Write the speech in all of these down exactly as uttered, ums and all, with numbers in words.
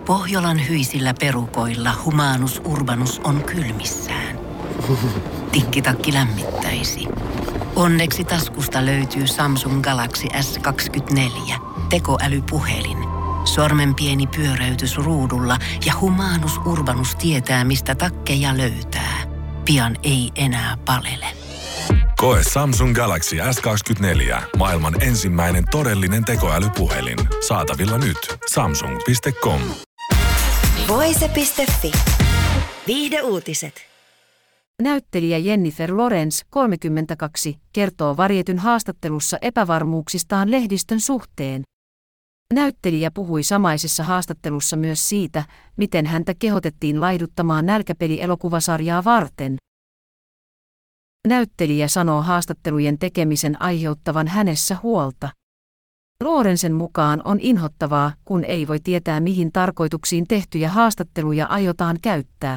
Pohjolan hyisillä perukoilla Humanus Urbanus on kylmissään. Tikkitakki lämmittäisi. Onneksi taskusta löytyy Samsung Galaxy S kaksikymmentäneljä, tekoälypuhelin. Sormen pieni pyöräytys ruudulla ja Humanus Urbanus tietää, mistä takkeja löytää. Pian ei enää palele. Koe Samsung Galaxy S kaksikymmentäneljä, maailman ensimmäinen todellinen tekoälypuhelin. Saatavilla nyt. samsung piste com. Voise piste fi. Viihdeuutiset. Näyttelijä Jennifer Lawrence, kolmekymmentäkaksi, kertoo Varietyn haastattelussa epävarmuuksistaan lehdistön suhteen. Näyttelijä puhui samaisessa haastattelussa myös siitä, miten häntä kehotettiin laihduttamaan nälkäpelielokuvasarjaa varten. Näyttelijä sanoo haastattelujen tekemisen aiheuttavan hänessä huolta. Lawrencen mukaan on inhottavaa, kun ei voi tietää, mihin tarkoituksiin tehtyjä haastatteluja aiotaan käyttää.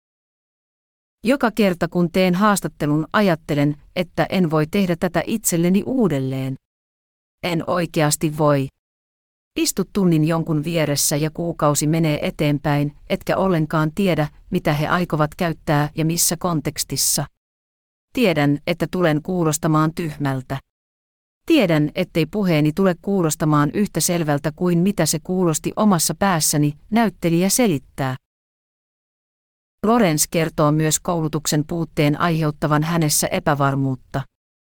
Joka kerta kun teen haastattelun, ajattelen, että en voi tehdä tätä itselleni uudelleen. En oikeasti voi. Istut tunnin jonkun vieressä ja kuukausi menee eteenpäin, etkä ollenkaan tiedä, mitä he aikovat käyttää ja missä kontekstissa. Tiedän, että tulen kuulostamaan tyhmältä. Tiedän, ettei puheeni tule kuulostamaan yhtä selvältä kuin mitä se kuulosti omassa päässäni, näyttelijä selittää. Lawrence kertoo myös koulutuksen puutteen aiheuttavan hänessä epävarmuutta.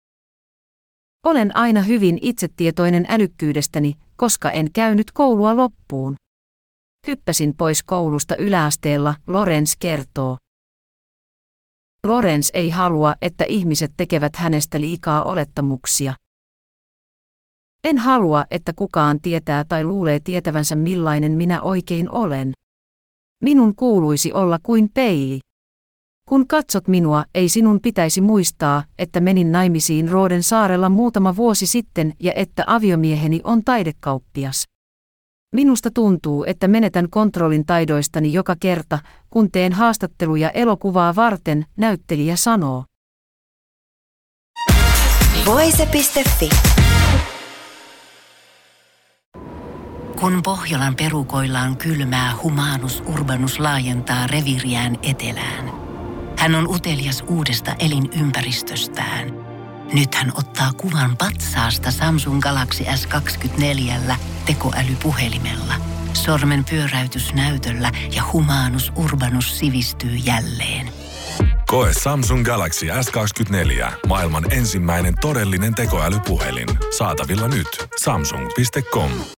Olen aina hyvin itsetietoinen älykkyydestäni, koska en käynyt koulua loppuun. Hyppäsin pois koulusta yläasteella, Lawrence kertoo. Lawrence ei halua, että ihmiset tekevät hänestä liikaa olettamuksia. En halua, että kukaan tietää tai luulee tietävänsä millainen minä oikein olen. Minun kuuluisi olla kuin peili. Kun katsot minua, ei sinun pitäisi muistaa, että menin naimisiin Rhoden saarella muutama vuosi sitten ja että aviomieheni on taidekauppias. Minusta tuntuu, että menetän kontrollin taidoistani joka kerta, kun teen haastatteluja elokuvaa varten, näyttelijä sanoo. Voise piste fi. Kun Pohjolan perukoillaan kylmää, Humanus Urbanus laajentaa reviiriään etelään. Hän on utelias uudesta elinympäristöstään. Nyt hän ottaa kuvan patsaasta Samsung Galaxy S kaksikymmentäneljä tekoälypuhelimella. Sormen pyöräytys näytöllä ja Humanus Urbanus sivistyy jälleen. Koe Samsung Galaxy S kaksikymmentäneljä, maailman ensimmäinen todellinen tekoälypuhelin. Saatavilla nyt. samsung piste com.